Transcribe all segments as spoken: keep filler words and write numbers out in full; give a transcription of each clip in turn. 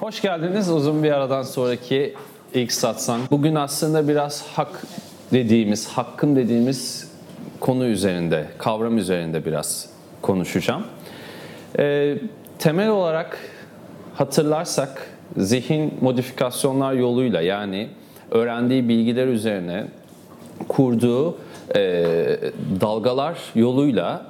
Hoş geldiniz uzun bir aradan sonraki ilk Satsan. Bugün aslında biraz hak dediğimiz, hakkım dediğimiz konu üzerinde, kavram üzerinde biraz konuşacağım. Ee, temel olarak hatırlarsak zihin modifikasyonlar yoluyla, yani öğrendiği bilgiler üzerine kurduğu e, dalgalar yoluyla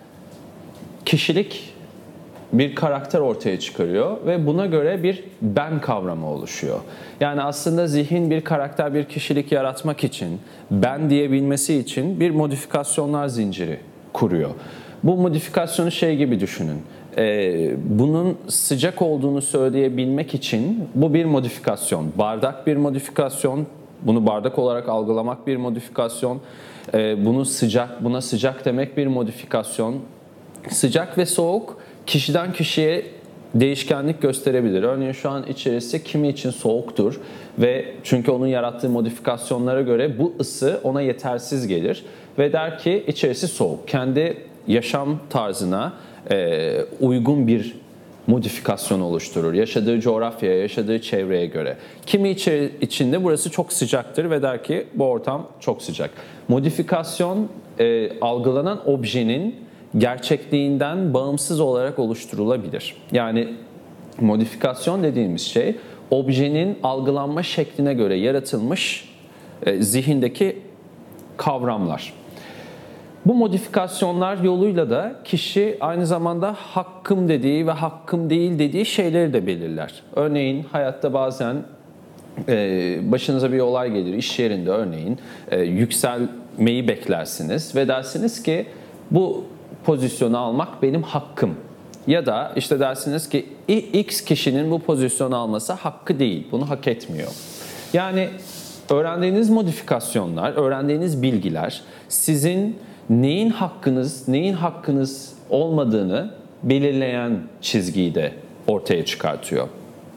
kişilik bir karakter ortaya çıkarıyor ve buna göre bir ben kavramı oluşuyor. Yani aslında zihin bir karakter, bir kişilik yaratmak için, ben diyebilmesi için bir modifikasyonlar zinciri kuruyor. Bu modifikasyonu şey gibi düşünün. Ee, bunun sıcak olduğunu söyleyebilmek için bu bir modifikasyon. Bardak bir modifikasyon. Bunu bardak olarak algılamak bir modifikasyon. Ee, bunu sıcak, buna sıcak demek bir modifikasyon. Sıcak ve soğuk kişiden kişiye değişkenlik gösterebilir. Örneğin şu an içerisi kimi için soğuktur ve çünkü onun yarattığı modifikasyonlara göre bu ısı ona yetersiz gelir ve der ki içerisi soğuk. Kendi yaşam tarzına e, uygun bir modifikasyon oluşturur. Yaşadığı coğrafyaya, yaşadığı çevreye göre. Kimi içinde burası çok sıcaktır ve der ki bu ortam çok sıcak. Modifikasyon e, algılanan objenin gerçekliğinden bağımsız olarak oluşturulabilir. Yani modifikasyon dediğimiz şey objenin algılanma şekline göre yaratılmış e, zihindeki kavramlar. Bu modifikasyonlar yoluyla da kişi aynı zamanda hakkım dediği ve hakkım değil dediği şeyleri de belirler. Örneğin hayatta bazen e, başınıza bir olay gelir, iş yerinde örneğin e, yükselmeyi beklersiniz ve dersiniz ki bu pozisyonu almak benim hakkım. Ya da işte dersiniz ki X kişinin bu pozisyonu alması hakkı değil, bunu hak etmiyor. Yani öğrendiğiniz modifikasyonlar, öğrendiğiniz bilgiler sizin neyin hakkınız, neyin hakkınız olmadığını belirleyen çizgiyi de ortaya çıkartıyor.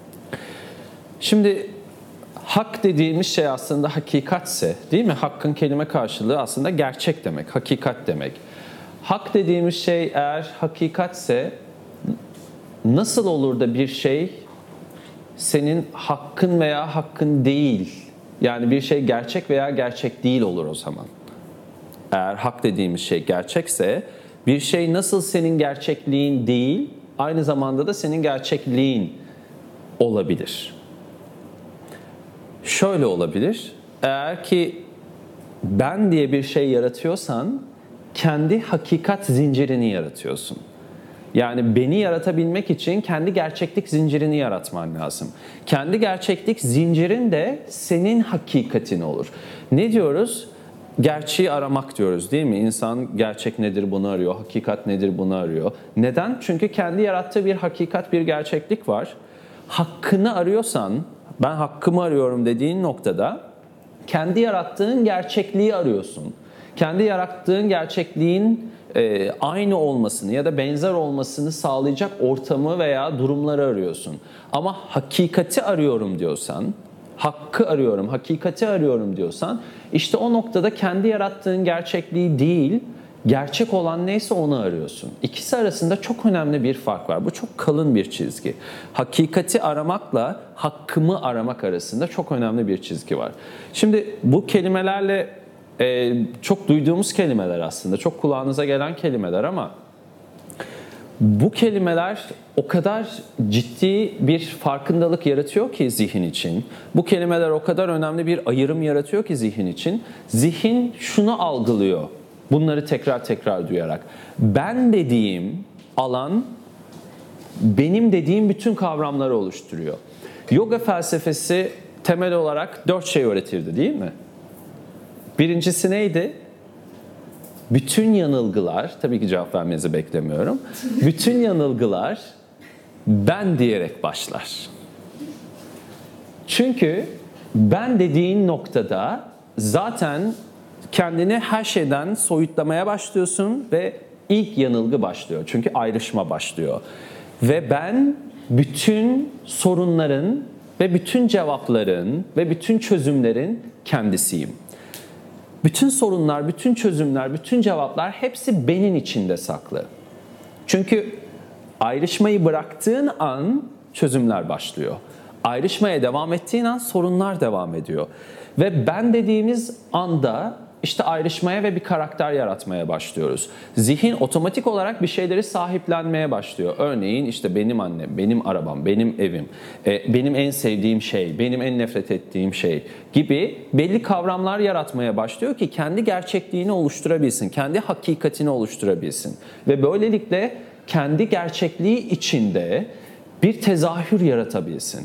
Şimdi hak dediğimiz şey aslında hakikatse, değil mi? Hakkın kelime karşılığı aslında gerçek demek, hakikat demek. Hak dediğimiz şey eğer hakikatse nasıl olur da bir şey senin hakkın veya hakkın değil, yani bir şey gerçek veya gerçek değil olur o zaman. Eğer hak dediğimiz şey gerçekse bir şey nasıl senin gerçekliğin değil, aynı zamanda da senin gerçekliğin olabilir. Şöyle olabilir, eğer ki ben diye bir şey yaratıyorsan kendi hakikat zincirini yaratıyorsun. Yani beni yaratabilmek için kendi gerçeklik zincirini yaratman lazım. Kendi gerçeklik zincirin de senin hakikatin olur. Ne diyoruz? Gerçeği aramak diyoruz, değil mi? İnsan gerçek nedir bunu arıyor, hakikat nedir bunu arıyor. Neden? Çünkü kendi yarattığı bir hakikat, bir gerçeklik var. Hakkını arıyorsan, ben hakkımı arıyorum dediğin noktada kendi yarattığın gerçekliği arıyorsun. Kendi yarattığın gerçekliğin e, aynı olmasını ya da benzer olmasını sağlayacak ortamı veya durumları arıyorsun. Ama hakikati arıyorum diyorsan, hakkı arıyorum, hakikati arıyorum diyorsan, işte o noktada kendi yarattığın gerçekliği değil, gerçek olan neyse onu arıyorsun. İkisi arasında çok önemli bir fark var. Bu çok kalın bir çizgi. Hakikati aramakla hakkımı aramak arasında çok önemli bir çizgi var. Şimdi bu kelimelerle e, çok duyduğumuz kelimeler aslında, çok kulağınıza gelen kelimeler ama bu kelimeler o kadar ciddi bir farkındalık yaratıyor ki zihin için. Bu kelimeler o kadar önemli bir ayrım yaratıyor ki zihin için. Zihin şunu algılıyor. Bunları tekrar tekrar duyarak. Ben dediğim alan, benim dediğim bütün kavramları oluşturuyor. Yoga felsefesi temel olarak dört şey öğretirdi, değil mi? Birincisi neydi? Bütün yanılgılar, tabii ki cevap vermenizi beklemiyorum. Bütün yanılgılar ben diyerek başlar. Çünkü ben dediğin noktada zaten kendini her şeyden soyutlamaya başlıyorsun ve ilk yanılgı başlıyor. Çünkü ayrışma başlıyor. Ve ben bütün sorunların ve bütün cevapların ve bütün çözümlerin kendisiyim. Bütün sorunlar, bütün çözümler, bütün cevaplar hepsi benim içinde saklı. Çünkü ayrışmayı bıraktığın an çözümler başlıyor. Ayrışmaya devam ettiğin an sorunlar devam ediyor. Ve ben dediğimiz anda işte ayrışmaya ve bir karakter yaratmaya başlıyoruz. Zihin otomatik olarak bir şeyleri sahiplenmeye başlıyor. Örneğin işte benim annem, benim arabam, benim evim, benim en sevdiğim şey, benim en nefret ettiğim şey gibi belli kavramlar yaratmaya başlıyor ki kendi gerçekliğini oluşturabilsin, kendi hakikatini oluşturabilsin. Ve böylelikle kendi gerçekliği içinde bir tezahür yaratabilsin.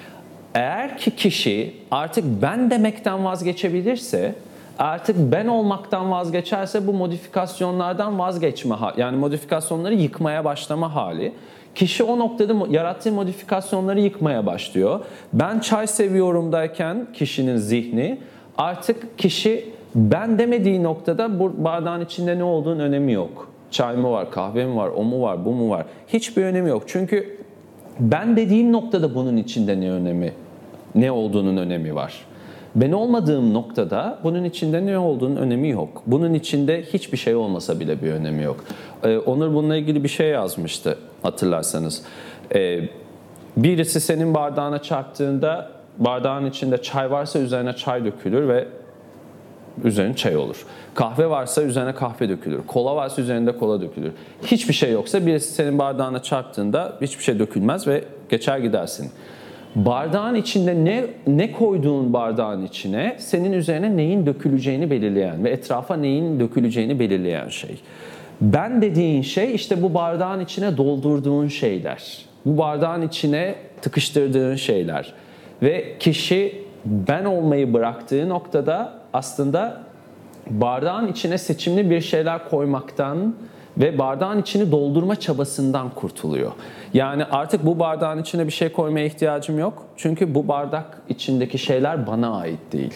Eğer ki kişi artık ben demekten vazgeçebilirse, artık ben olmaktan vazgeçerse bu modifikasyonlardan vazgeçme, yani modifikasyonları yıkmaya başlama hali. Kişi o noktada yarattığı modifikasyonları yıkmaya başlıyor. Ben çay seviyorum derken kişinin zihni, artık kişi ben demediği noktada bu bardağın içinde ne olduğunun önemi yok. Çay mı var, kahve mi var, o mu var, bu mu var? Hiçbir önemi yok. Çünkü ben dediğim noktada bunun içinde ne önemi, ne olduğunun önemi var. Ben olmadığım noktada bunun içinde ne olduğunun önemi yok. Bunun içinde hiçbir şey olmasa bile bir önemi yok. Ee, Onur bununla ilgili bir şey yazmıştı hatırlarsanız. Ee, birisi senin bardağına çarptığında bardağın içinde çay varsa üzerine çay dökülür ve üzerine çay olur. Kahve varsa üzerine kahve dökülür. Kola varsa üzerinde kola dökülür. Hiçbir şey yoksa birisi senin bardağına çarptığında hiçbir şey dökülmez ve geçer gidersin. Bardağın içinde ne ne koyduğun bardağın içine senin üzerine neyin döküleceğini belirleyen ve etrafa neyin döküleceğini belirleyen şey. Ben dediğin şey işte bu bardağın içine doldurduğun şeyler. Bu bardağın içine tıkıştırdığın şeyler. Ve kişi ben olmayı bıraktığı noktada aslında bardağın içine seçimli bir şeyler koymaktan ve bardağın içini doldurma çabasından kurtuluyor. Yani artık bu bardağın içine bir şey koymaya ihtiyacım yok. Çünkü bu bardak içindeki şeyler bana ait değil.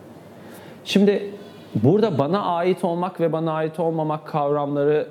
Şimdi burada bana ait olmak ve bana ait olmamak kavramları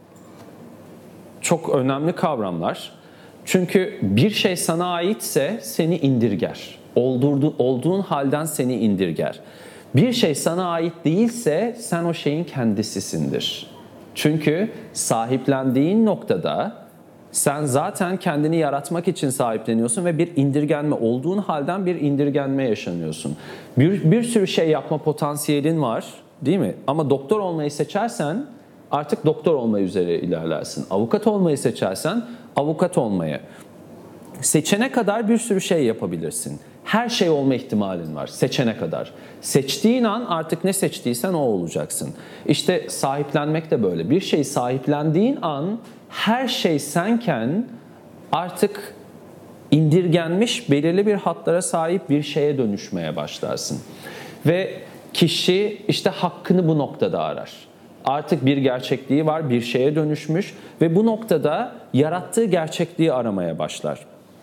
çok önemli kavramlar. Çünkü bir şey sana aitse seni indirger. Oldurdu, olduğun halden seni indirger. Bir şey sana ait değilse sen o şeyin kendisisindir. Çünkü sahiplendiğin noktada sen zaten kendini yaratmak için sahipleniyorsun ve bir indirgenme, olduğun halden bir indirgenme yaşanıyorsun. Bir, bir sürü şey yapma potansiyelin var, değil mi? Ama doktor olmayı seçersen artık doktor olmayı üzere ilerlersin. Avukat olmayı seçersen avukat olmayı. Seçene kadar bir sürü şey yapabilirsin. Her şey olma ihtimalin var seçene kadar. Seçtiğin an artık ne seçtiysen o olacaksın. İşte sahiplenmek de böyle. Bir şeyi sahiplendiğin an her şey senken artık indirgenmiş belirli bir hatlara sahip bir şeye dönüşmeye başlarsın. Ve kişi işte hakkını bu noktada arar. Artık bir gerçekliği var, bir şeye dönüşmüş ve bu noktada yarattığı gerçekliği aramaya başlar.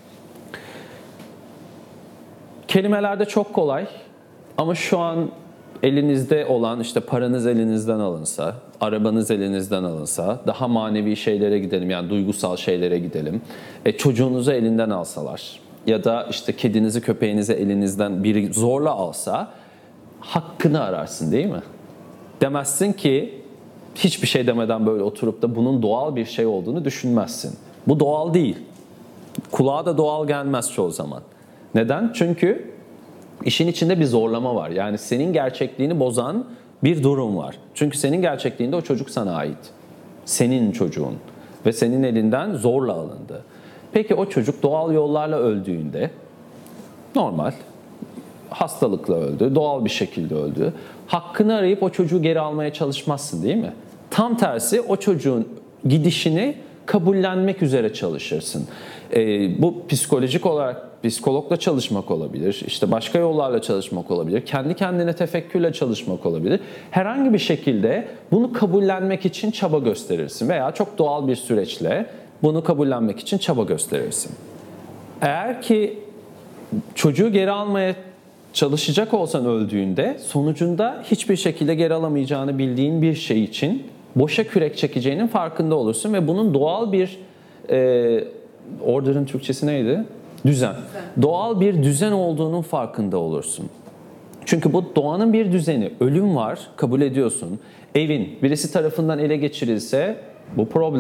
Kelimelerde çok kolay ama şu an elinizde olan işte paranız elinizden alınsa, arabanız elinizden alınsa, daha manevi şeylere gidelim yani duygusal şeylere gidelim. E, çocuğunuzu elinden alsalar ya da işte kedinizi köpeğinizi elinizden biri zorla alsa hakkını ararsın değil mi? Demezsin ki hiçbir şey demeden böyle oturup da bunun doğal bir şey olduğunu düşünmezsin. Bu doğal değil. Kulağa da doğal gelmez çoğu zaman. Neden? Çünkü işin içinde bir zorlama var. Yani senin gerçekliğini bozan bir durum var. Çünkü senin gerçekliğinde o çocuk sana ait. Senin çocuğun. Ve senin elinden zorla alındı. Peki o çocuk doğal yollarla öldüğünde, normal, hastalıkla öldü, doğal bir şekilde öldü. Hakkını arayıp o çocuğu geri almaya çalışmazsın değil mi? Tam tersi o çocuğun gidişini kabullenmek üzere çalışırsın. Ee, bu psikolojik olarak psikologla çalışmak olabilir, işte başka yollarla çalışmak olabilir, kendi kendine tefekkürle çalışmak olabilir. Herhangi bir şekilde bunu kabullenmek için çaba gösterirsin veya çok doğal bir süreçle bunu kabullenmek için çaba gösterirsin. Eğer ki çocuğu geri almaya çalışacak olsan öldüğünde sonucunda hiçbir şekilde geri alamayacağını bildiğin bir şey için boşa kürek çekeceğinin farkında olursun ve bunun doğal bir e, order'ın Türkçesi neydi? Düzen. Düzen. Doğal bir düzen olduğunun farkında olursun. Çünkü bu doğanın bir düzeni. Ölüm var, kabul ediyorsun. Evin birisi tarafından ele geçirilse bu problem.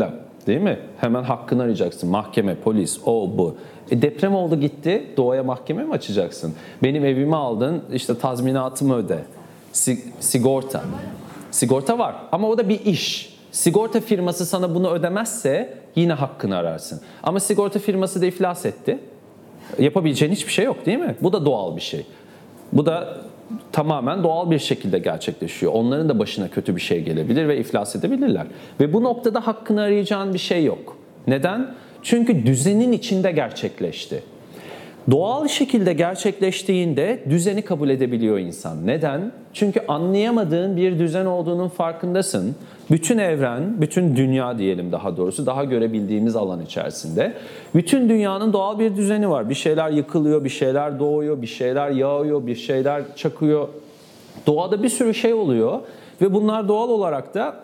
Değil mi? Hemen hakkını arayacaksın. Mahkeme, polis, o bu. E deprem oldu gitti. Doğaya mahkeme mi açacaksın? Benim evimi aldın, işte tazminatımı öde. Si- sigorta. Sigorta var ama o da bir iş. Sigorta firması sana bunu ödemezse yine hakkını ararsın. Ama sigorta firması da iflas etti. Yapabileceğin hiçbir şey yok değil mi? Bu da doğal bir şey. Bu da tamamen doğal bir şekilde gerçekleşiyor. Onların da başına kötü bir şey gelebilir ve iflas edebilirler. Ve bu noktada hakkını arayacağın bir şey yok. Neden? Çünkü düzenin içinde gerçekleşti. Doğal şekilde gerçekleştiğinde düzeni kabul edebiliyor insan. Neden? Çünkü anlayamadığın bir düzen olduğunun farkındasın. Bütün evren, bütün dünya diyelim daha doğrusu, daha görebildiğimiz alan içerisinde. Bütün dünyanın doğal bir düzeni var. Bir şeyler yıkılıyor, bir şeyler doğuyor, bir şeyler yağıyor, bir şeyler çakıyor. Doğada bir sürü şey oluyor ve bunlar doğal olarak da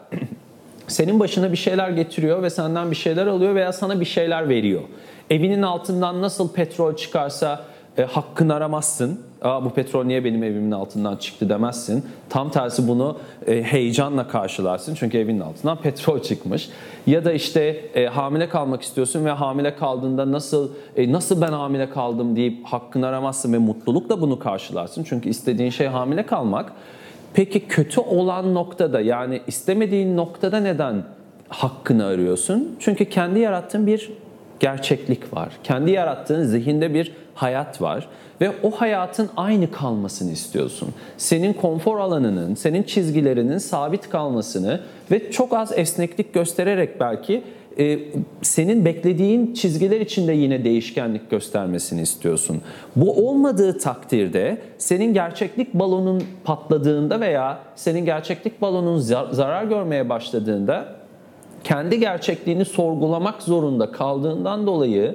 senin başına bir şeyler getiriyor ve senden bir şeyler alıyor veya sana bir şeyler veriyor. Evinin altından nasıl petrol çıkarsa e, hakkını aramazsın. Aa, bu petrol niye benim evimin altından çıktı demezsin. Tam tersi bunu e, heyecanla karşılarsın. Çünkü evinin altından petrol çıkmış. Ya da işte e, hamile kalmak istiyorsun ve hamile kaldığında nasıl e, nasıl ben hamile kaldım deyip hakkını aramazsın ve mutlulukla bunu karşılarsın. Çünkü istediğin şey hamile kalmak. Peki kötü olan noktada, yani istemediğin noktada neden hakkını arıyorsun? Çünkü kendi yarattığın bir gerçeklik var. Kendi yarattığın zihinde bir hayat var ve o hayatın aynı kalmasını istiyorsun. Senin konfor alanının, senin çizgilerinin sabit kalmasını ve çok az esneklik göstererek belki e, senin beklediğin çizgiler içinde yine değişkenlik göstermesini istiyorsun. Bu olmadığı takdirde senin gerçeklik balonun patladığında veya senin gerçeklik balonun zarar görmeye başladığında kendi gerçekliğini sorgulamak zorunda kaldığından dolayı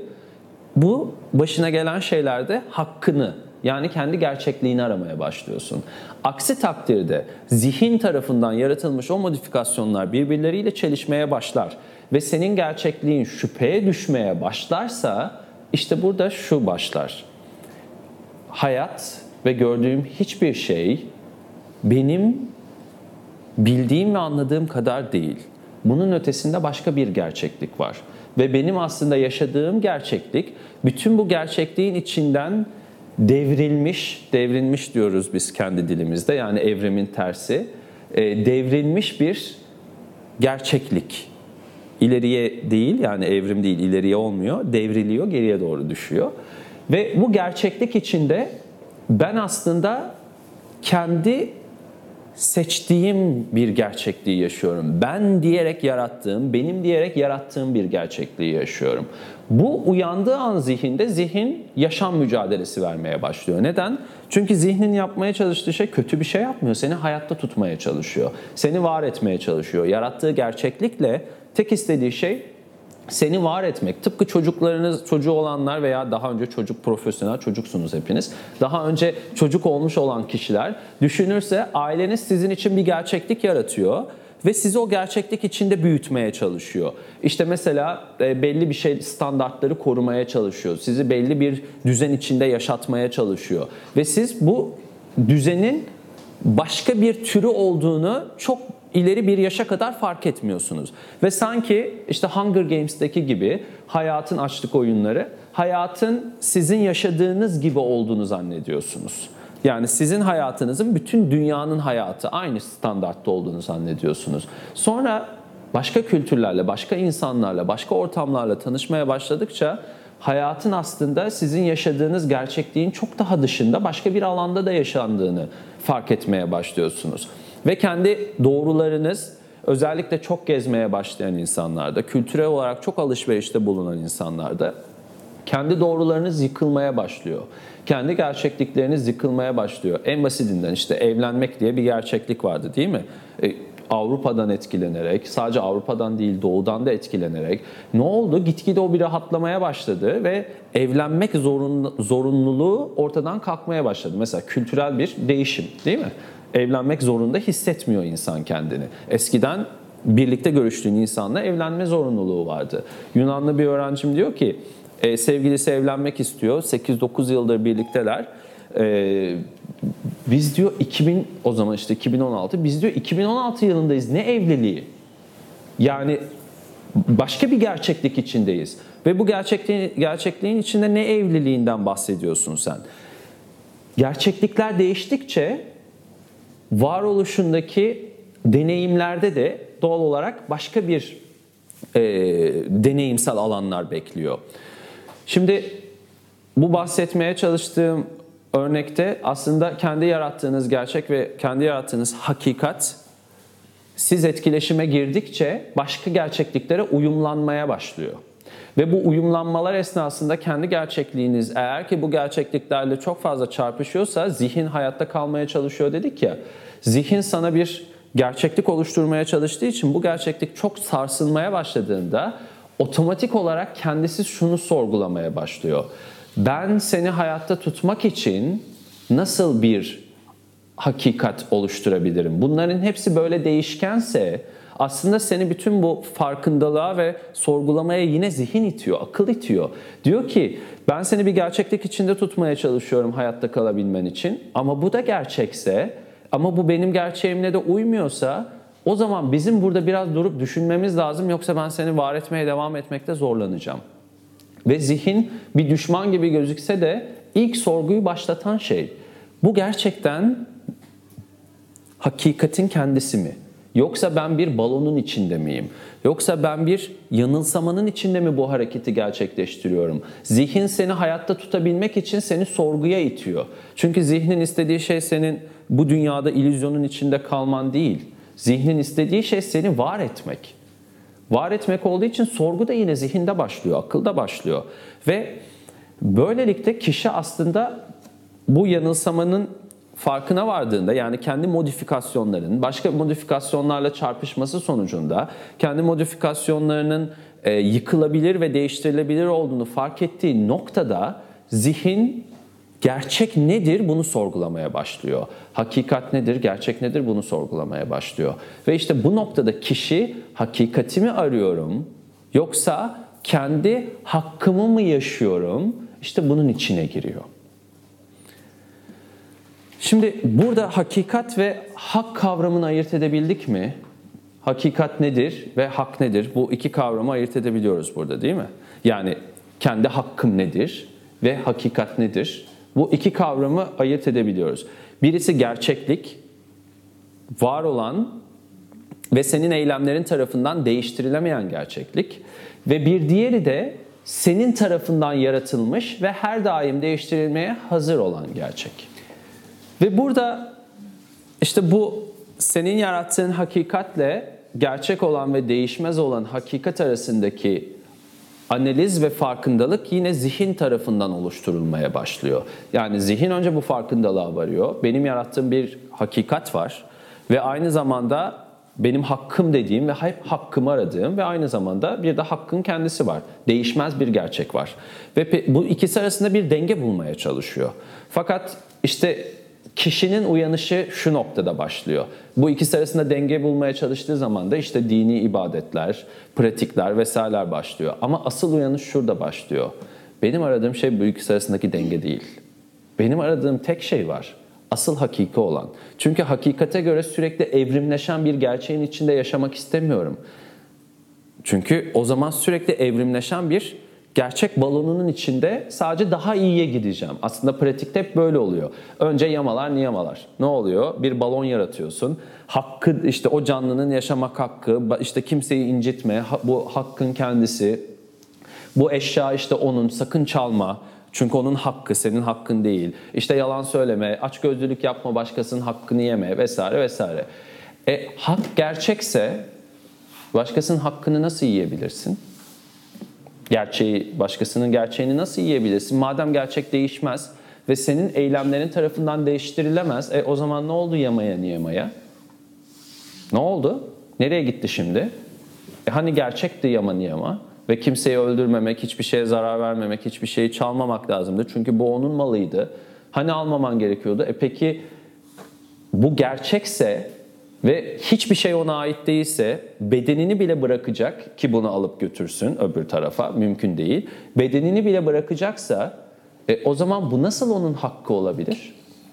bu başına gelen şeylerde hakkını, yani kendi gerçekliğini aramaya başlıyorsun. Aksi takdirde zihin tarafından yaratılmış o modifikasyonlar birbirleriyle çelişmeye başlar ve senin gerçekliğin şüpheye düşmeye başlarsa işte burada şu başlar. Hayat ve gördüğüm hiçbir şey benim bildiğim ve anladığım kadar değil. Bunun ötesinde başka bir gerçeklik var. Ve benim aslında yaşadığım gerçeklik, bütün bu gerçekliğin içinden devrilmiş, devrilmiş diyoruz biz kendi dilimizde, yani evrimin tersi, devrilmiş bir gerçeklik. İleriye değil, yani evrim değil, ileriye olmuyor, devriliyor, geriye doğru düşüyor. Ve bu gerçeklik içinde ben aslında kendi seçtiğim bir gerçekliği yaşıyorum. Ben diyerek yarattığım, benim diyerek yarattığım bir gerçekliği yaşıyorum. Bu uyandığı an zihinde zihin yaşam mücadelesi vermeye başlıyor. Neden? Çünkü zihnin yapmaya çalıştığı şey kötü bir şey yapmıyor. Seni hayatta tutmaya çalışıyor. Seni var etmeye çalışıyor. Yarattığı gerçeklikle tek istediği şey seni var etmek. Tıpkı çocuklarınız, çocuğu olanlar veya daha önce çocuk profesyonel çocuksunuz hepiniz. Daha önce çocuk olmuş olan kişiler düşünürse aileniz sizin için bir gerçeklik yaratıyor ve sizi o gerçeklik içinde büyütmeye çalışıyor. İşte mesela belli bir şey standartları korumaya çalışıyor. Sizi belli bir düzen içinde yaşatmaya çalışıyor. Ve siz bu düzenin başka bir türü olduğunu çok ileri bir yaşa kadar fark etmiyorsunuz. Ve sanki işte Hunger Games'teki gibi hayatın açlık oyunları, hayatın sizin yaşadığınız gibi olduğunu zannediyorsunuz. Yani sizin hayatınızın bütün dünyanın hayatı aynı standartta olduğunu zannediyorsunuz. Sonra başka kültürlerle, başka insanlarla, başka ortamlarla tanışmaya başladıkça hayatın aslında sizin yaşadığınız gerçekliğin çok daha dışında başka bir alanda da yaşandığını fark etmeye başlıyorsunuz. Ve kendi doğrularınız, özellikle çok gezmeye başlayan insanlarda, kültürel olarak çok alışverişte bulunan insanlarda kendi doğrularınız yıkılmaya başlıyor. Kendi gerçeklikleriniz yıkılmaya başlıyor. En basitinden işte evlenmek diye bir gerçeklik vardı değil mi? E, Avrupa'dan etkilenerek, sadece Avrupa'dan değil Doğu'dan da etkilenerek ne oldu? Gitgide o bir rahatlamaya başladı ve evlenmek zorun, zorunluluğu ortadan kalkmaya başladı. Mesela kültürel bir değişim değil mi? Evlenmek zorunda hissetmiyor insan kendini. Eskiden birlikte görüştüğün insanla evlenme zorunluluğu vardı. Yunanlı bir öğrencim diyor ki e, sevgilisi evlenmek istiyor. sekiz dokuz yıldır birlikteler. E, biz diyor iki bin o zaman işte iki bin on altı biz diyor iki bin on altı yılındayız. Ne evliliği? Yani başka bir gerçeklik içindeyiz. Ve bu gerçekliğin, gerçekliğin içinde ne evliliğinden bahsediyorsun sen? Gerçeklikler değiştikçe varoluşundaki deneyimlerde de doğal olarak başka bir e, deneyimsel alanlar bekliyor. Şimdi bu bahsetmeye çalıştığım örnekte aslında kendi yarattığınız gerçek ve kendi yarattığınız hakikat, siz etkileşime girdikçe başka gerçekliklere uyumlanmaya başlıyor. Ve bu uyumlanmalar esnasında kendi gerçekliğiniz eğer ki bu gerçekliklerle çok fazla çarpışıyorsa zihin hayatta kalmaya çalışıyor dedik ya. Zihin sana bir gerçeklik oluşturmaya çalıştığı için bu gerçeklik çok sarsılmaya başladığında otomatik olarak kendisi şunu sorgulamaya başlıyor. Ben seni hayatta tutmak için nasıl bir hakikat oluşturabilirim? Bunların hepsi böyle değişkense aslında seni bütün bu farkındalığa ve sorgulamaya yine zihin itiyor, akıl itiyor. Diyor ki ben seni bir gerçeklik içinde tutmaya çalışıyorum hayatta kalabilmen için ama bu da gerçekse ama bu benim gerçeğimle de uymuyorsa o zaman bizim burada biraz durup düşünmemiz lazım yoksa ben seni var etmeye devam etmekte zorlanacağım. Ve zihin bir düşman gibi gözükse de ilk sorguyu başlatan şey. Bu gerçekten hakikatin kendisi mi? Yoksa ben bir balonun içinde miyim? Yoksa ben bir yanılsamanın içinde mi bu hareketi gerçekleştiriyorum? Zihin seni hayatta tutabilmek için seni sorguya itiyor. Çünkü zihnin istediği şey senin bu dünyada illüzyonun içinde kalman değil. Zihnin istediği şey seni var etmek. Var etmek olduğu için sorgu da yine zihinde başlıyor, akılda başlıyor. Ve böylelikle kişi aslında bu yanılsamanın farkına vardığında yani kendi modifikasyonlarının başka modifikasyonlarla çarpışması sonucunda kendi modifikasyonlarının e, yıkılabilir ve değiştirilebilir olduğunu fark ettiği noktada zihin gerçek nedir bunu sorgulamaya başlıyor. Hakikat nedir, gerçek nedir bunu sorgulamaya başlıyor. Ve işte bu noktada kişi hakikati mi arıyorum yoksa kendi hakkımı mı yaşıyorum? İşte bunun içine giriyor. Şimdi burada hakikat ve hak kavramını ayırt edebildik mi? Hakikat nedir ve hak nedir? Bu iki kavramı ayırt edebiliyoruz burada değil mi? Yani kendi hakkım nedir ve hakikat nedir? Bu iki kavramı ayırt edebiliyoruz. Birisi gerçeklik, var olan ve senin eylemlerin tarafından değiştirilemeyen gerçeklik. Ve bir diğeri de senin tarafından yaratılmış ve her daim değiştirilmeye hazır olan gerçek. Ve burada işte bu senin yarattığın hakikatle gerçek olan ve değişmez olan hakikat arasındaki analiz ve farkındalık yine zihin tarafından oluşturulmaya başlıyor. Yani zihin önce bu farkındalığa varıyor. Benim yarattığım bir hakikat var ve aynı zamanda benim hakkım dediğim ve hep hakkımı aradığım ve aynı zamanda bir de hakkın kendisi var. Değişmez bir gerçek var. Ve bu ikisi arasında bir denge bulmaya çalışıyor. Fakat işte kişinin uyanışı şu noktada başlıyor. Bu ikisi arasında denge bulmaya çalıştığı zaman da işte dini ibadetler, pratikler vesaireler başlıyor. Ama asıl uyanış şurada başlıyor. Benim aradığım şey bu ikisi arasındaki denge değil. Benim aradığım tek şey var. Asıl hakiki olan. Çünkü hakikate göre sürekli evrimleşen bir gerçeğin içinde yaşamak istemiyorum. Çünkü o zaman sürekli evrimleşen bir gerçek balonunun içinde sadece daha iyiye gideceğim. Aslında pratikte hep böyle oluyor. Önce yamalar niyamalar. Ne oluyor? Bir balon yaratıyorsun. Hakkı işte o canlının yaşamak hakkı, işte kimseyi incitme, bu hakkın kendisi. Bu eşya işte onun, sakın çalma. Çünkü onun hakkı, senin hakkın değil. İşte yalan söyleme, açgözlülük yapma, başkasının hakkını yeme vesaire vesaire. E hak gerçekse başkasının hakkını nasıl yiyebilirsin? Gerçeği, başkasının gerçeğini nasıl yiyebilirsin? Madem gerçek değişmez ve senin eylemlerin tarafından değiştirilemez, e o zaman ne oldu yamaya niyamaya? Ne oldu? Nereye gitti şimdi? E hani gerçekti yama niyama ve kimseyi öldürmemek, hiçbir şeye zarar vermemek, hiçbir şeyi çalmamak lazımdı. Çünkü bu onun malıydı. Hani almaman gerekiyordu? E peki bu gerçekse ve hiçbir şey ona ait değilse bedenini bile bırakacak ki bunu alıp götürsün öbür tarafa mümkün değil. Bedenini bile bırakacaksa e, o zaman bu nasıl onun hakkı olabilir?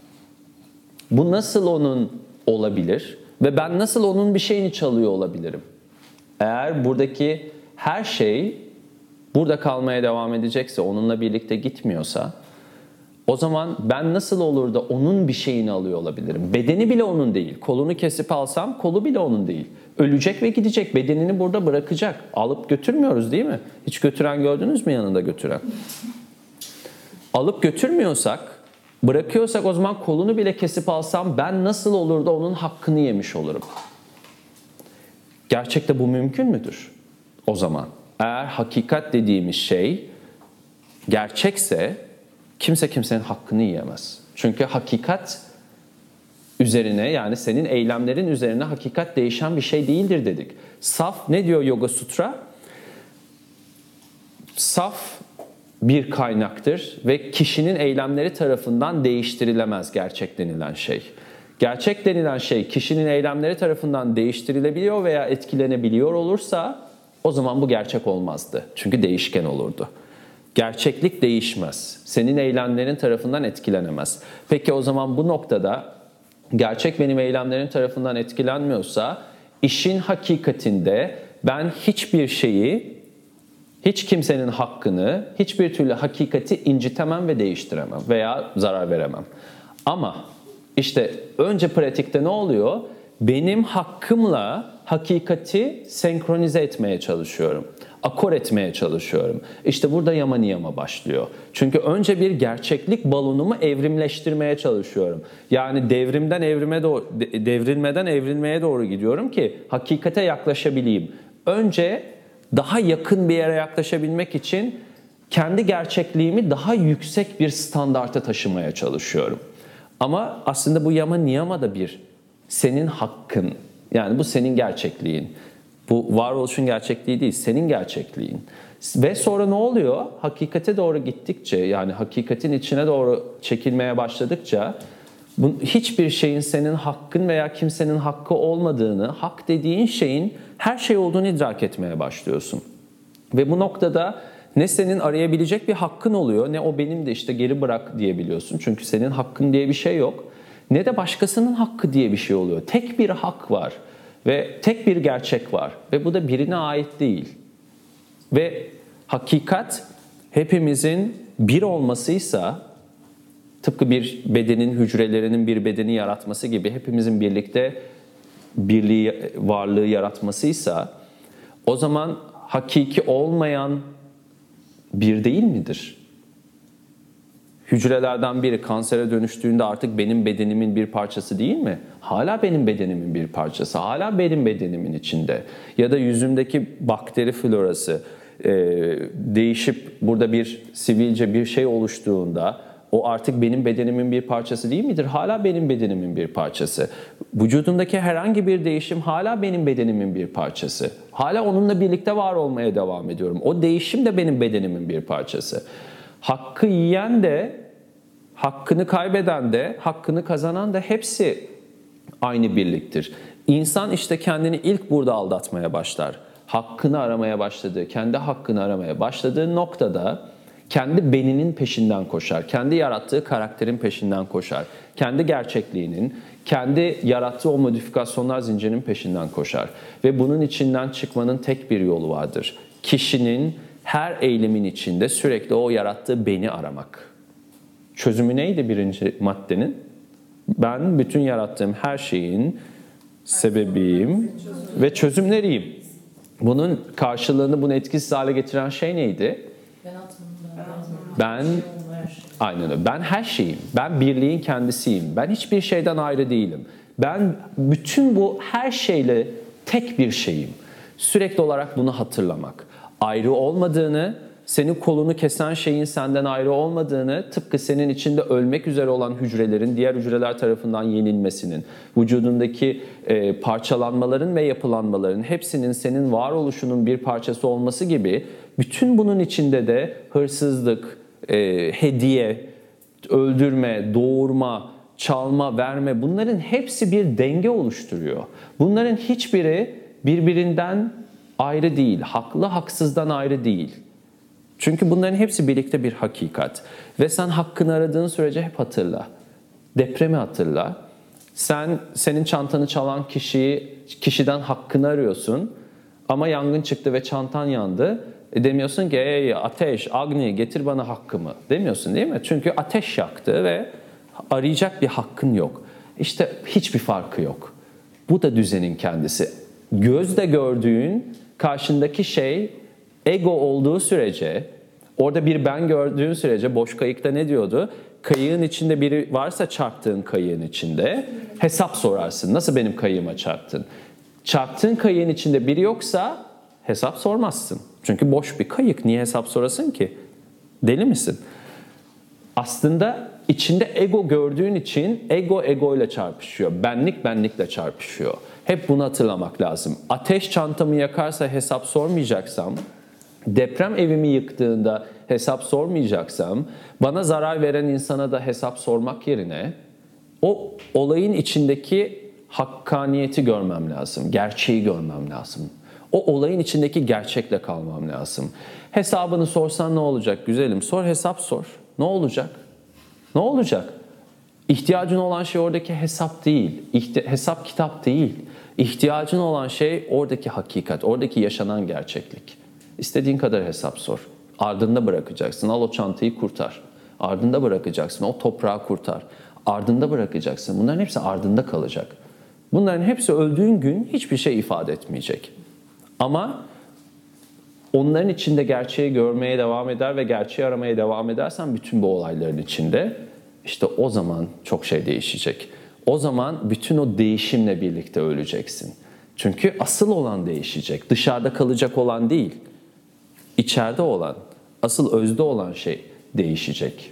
Bu nasıl onun olabilir? Ve ben nasıl onun bir şeyini çalıyor olabilirim? Eğer buradaki her şey burada kalmaya devam edecekse, onunla birlikte gitmiyorsa, o zaman ben nasıl olur da onun bir şeyini alıyor olabilirim? Bedeni bile onun değil. Kolunu kesip alsam kolu bile onun değil. Ölecek ve gidecek. Bedenini burada bırakacak. Alıp götürmüyoruz değil mi? Hiç götüren gördünüz mü yanında götüren? Alıp götürmüyorsak, bırakıyorsak o zaman kolunu bile kesip alsam ben nasıl olur da onun hakkını yemiş olurum? Gerçekte bu mümkün müdür? O zaman eğer hakikat dediğimiz şey gerçekse kimse kimsenin hakkını yiyemez. Çünkü hakikat üzerine, yani senin eylemlerin üzerine hakikat değişen bir şey değildir dedik. Saf, ne diyor Yoga Sutra? Saf bir kaynaktır ve kişinin eylemleri tarafından değiştirilemez gerçek denilen şey. Gerçek denilen şey kişinin eylemleri tarafından değiştirilebiliyor veya etkilenebiliyor olursa o zaman bu gerçek olmazdı. Çünkü değişken olurdu. Gerçeklik değişmez. Senin eylemlerin tarafından etkilenemez. Peki o zaman bu noktada gerçek benim eylemlerin tarafından etkilenmiyorsa işin hakikatinde ben hiçbir şeyi, hiç kimsenin hakkını, hiçbir türlü hakikati incitemem ve değiştiremem veya zarar veremem. Ama işte önce pratikte ne oluyor? Benim hakkımla hakikati senkronize etmeye çalışıyorum. Akor etmeye çalışıyorum. İşte burada yama niyama başlıyor. Çünkü önce bir gerçeklik balonumu evrimleştirmeye çalışıyorum. Yani devrimden evrime doğru, devrilmeden evrilmeye doğru gidiyorum ki hakikate yaklaşabileyim. Önce daha yakın bir yere yaklaşabilmek için kendi gerçekliğimi daha yüksek bir standarta taşımaya çalışıyorum. Ama aslında bu yama niyama da bir senin hakkın. Yani bu senin gerçekliğin. Bu varoluşun gerçekliği değil, senin gerçekliğin. Ve sonra ne oluyor? Hakikate doğru gittikçe, yani hakikatin içine doğru çekilmeye başladıkça bu, hiçbir şeyin senin hakkın veya kimsenin hakkı olmadığını, hak dediğin şeyin her şey olduğunu idrak etmeye başlıyorsun. Ve bu noktada ne senin arayabilecek bir hakkın oluyor, ne o benim de işte geri bırak diyebiliyorsun. Çünkü senin hakkın diye bir şey yok. Ne de başkasının hakkı diye bir şey oluyor. Tek bir hak var ve tek bir gerçek var ve bu da birine ait değil. Ve hakikat hepimizin bir olmasıysa, tıpkı bir bedenin hücrelerinin bir bedeni yaratması gibi hepimizin birlikte birliği, varlığı yaratmasıysa, o zaman hakiki olmayan bir değil midir? Hücrelerden biri kansere dönüştüğünde artık benim bedenimin bir parçası değil mi? Hala benim bedenimin bir parçası, hala benim bedenimin içinde. Ya da yüzümdeki bakteri florası e, değişip burada bir sivilce bir şey oluştuğunda o artık benim bedenimin bir parçası değil midir? Hala benim bedenimin bir parçası. Vücudumdaki herhangi bir değişim hala benim bedenimin bir parçası. Hala onunla birlikte var olmaya devam ediyorum. O değişim de benim bedenimin bir parçası. Hakkı yiyen de, hakkını kaybeden de, hakkını kazanan da hepsi aynı birliktir. İnsan işte kendini ilk burada aldatmaya başlar. Hakkını aramaya başladığı, kendi hakkını aramaya başladığı noktada kendi beninin peşinden koşar. Kendi yarattığı karakterin peşinden koşar. Kendi gerçekliğinin, kendi yarattığı o modifikasyonlar zincirinin peşinden koşar. Ve bunun içinden çıkmanın tek bir yolu vardır. Kişinin her eylemin içinde sürekli o yarattığı beni aramak. Çözümü neydi birinci maddenin? Ben bütün yarattığım her şeyin sebebiyim ve çözümleriyim. Bunun karşılığını, bunu etkisiz hale getiren şey neydi? Ben, aynen öyle. Ben her şeyim. Ben birliğin kendisiyim. Ben hiçbir şeyden ayrı değilim. Ben bütün bu her şeyle tek bir şeyim. Sürekli olarak bunu hatırlamak. Ayrı olmadığını, senin kolunu kesen şeyin senden ayrı olmadığını, tıpkı senin içinde ölmek üzere olan hücrelerin diğer hücreler tarafından yenilmesinin, vücudundaki e, parçalanmaların ve yapılanmaların hepsinin senin varoluşunun bir parçası olması gibi, bütün bunun içinde de hırsızlık, e, hediye, öldürme, doğurma, çalma, verme, bunların hepsi bir denge oluşturuyor. Bunların hiçbiri birbirinden ayrı değil, haklı haksızdan ayrı değil. Çünkü bunların hepsi birlikte bir hakikat. Ve sen hakkını aradığın sürece hep hatırla. Depremi hatırla. Sen senin çantanı çalan kişiyi, kişiden hakkını arıyorsun. Ama yangın çıktı ve çantan yandı. E demiyorsun ki ey ateş, Agni getir bana hakkımı. Demiyorsun değil mi? Çünkü ateş yaktı ve arayacak bir hakkın yok. İşte hiçbir farkı yok. Bu da düzenin kendisi. Gözle gördüğün karşındaki şey ego olduğu sürece, orada bir ben gördüğün sürece, boş kayıkta ne diyordu? Kayığın içinde biri varsa çarptığın kayığın içinde hesap sorarsın. Nasıl benim kayığıma çarptın? Çarptığın kayığın içinde biri yoksa hesap sormazsın. Çünkü boş bir kayık. Niye hesap sorasın ki? Deli misin? Aslında içinde ego gördüğün için ego ego ile çarpışıyor. Benlik benlikle çarpışıyor. Hep bunu hatırlamak lazım. Ateş çantamı yakarsa hesap sormayacaksam, deprem evimi yıktığında hesap sormayacaksam, bana zarar veren insana da hesap sormak yerine o olayın içindeki hakkaniyeti görmem lazım, gerçeği görmem lazım. O olayın içindeki gerçekle kalmam lazım. Hesabını sorsan ne olacak güzelim? Sor, hesap sor. Ne olacak? Ne olacak? İhtiyacın olan şey oradaki hesap değil. İhti- hesap kitap değil. İhtiyacın olan şey oradaki hakikat, oradaki yaşanan gerçeklik. İstediğin kadar hesap sor. Ardında bırakacaksın. Al o çantayı kurtar. Ardında bırakacaksın. O toprağı kurtar. Ardında bırakacaksın. Bunların hepsi ardında kalacak. Bunların hepsi öldüğün gün hiçbir şey ifade etmeyecek. Ama onların içinde gerçeği görmeye devam eder ve gerçeği aramaya devam edersen bütün bu olayların içinde işte o zaman çok şey değişecek. O zaman bütün o değişimle birlikte öleceksin. Çünkü asıl olan değişecek. Dışarıda kalacak olan değil. İçeride olan, asıl özde olan şey değişecek.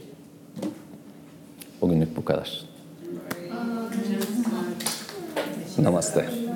Bugünlük bu kadar. Namaste.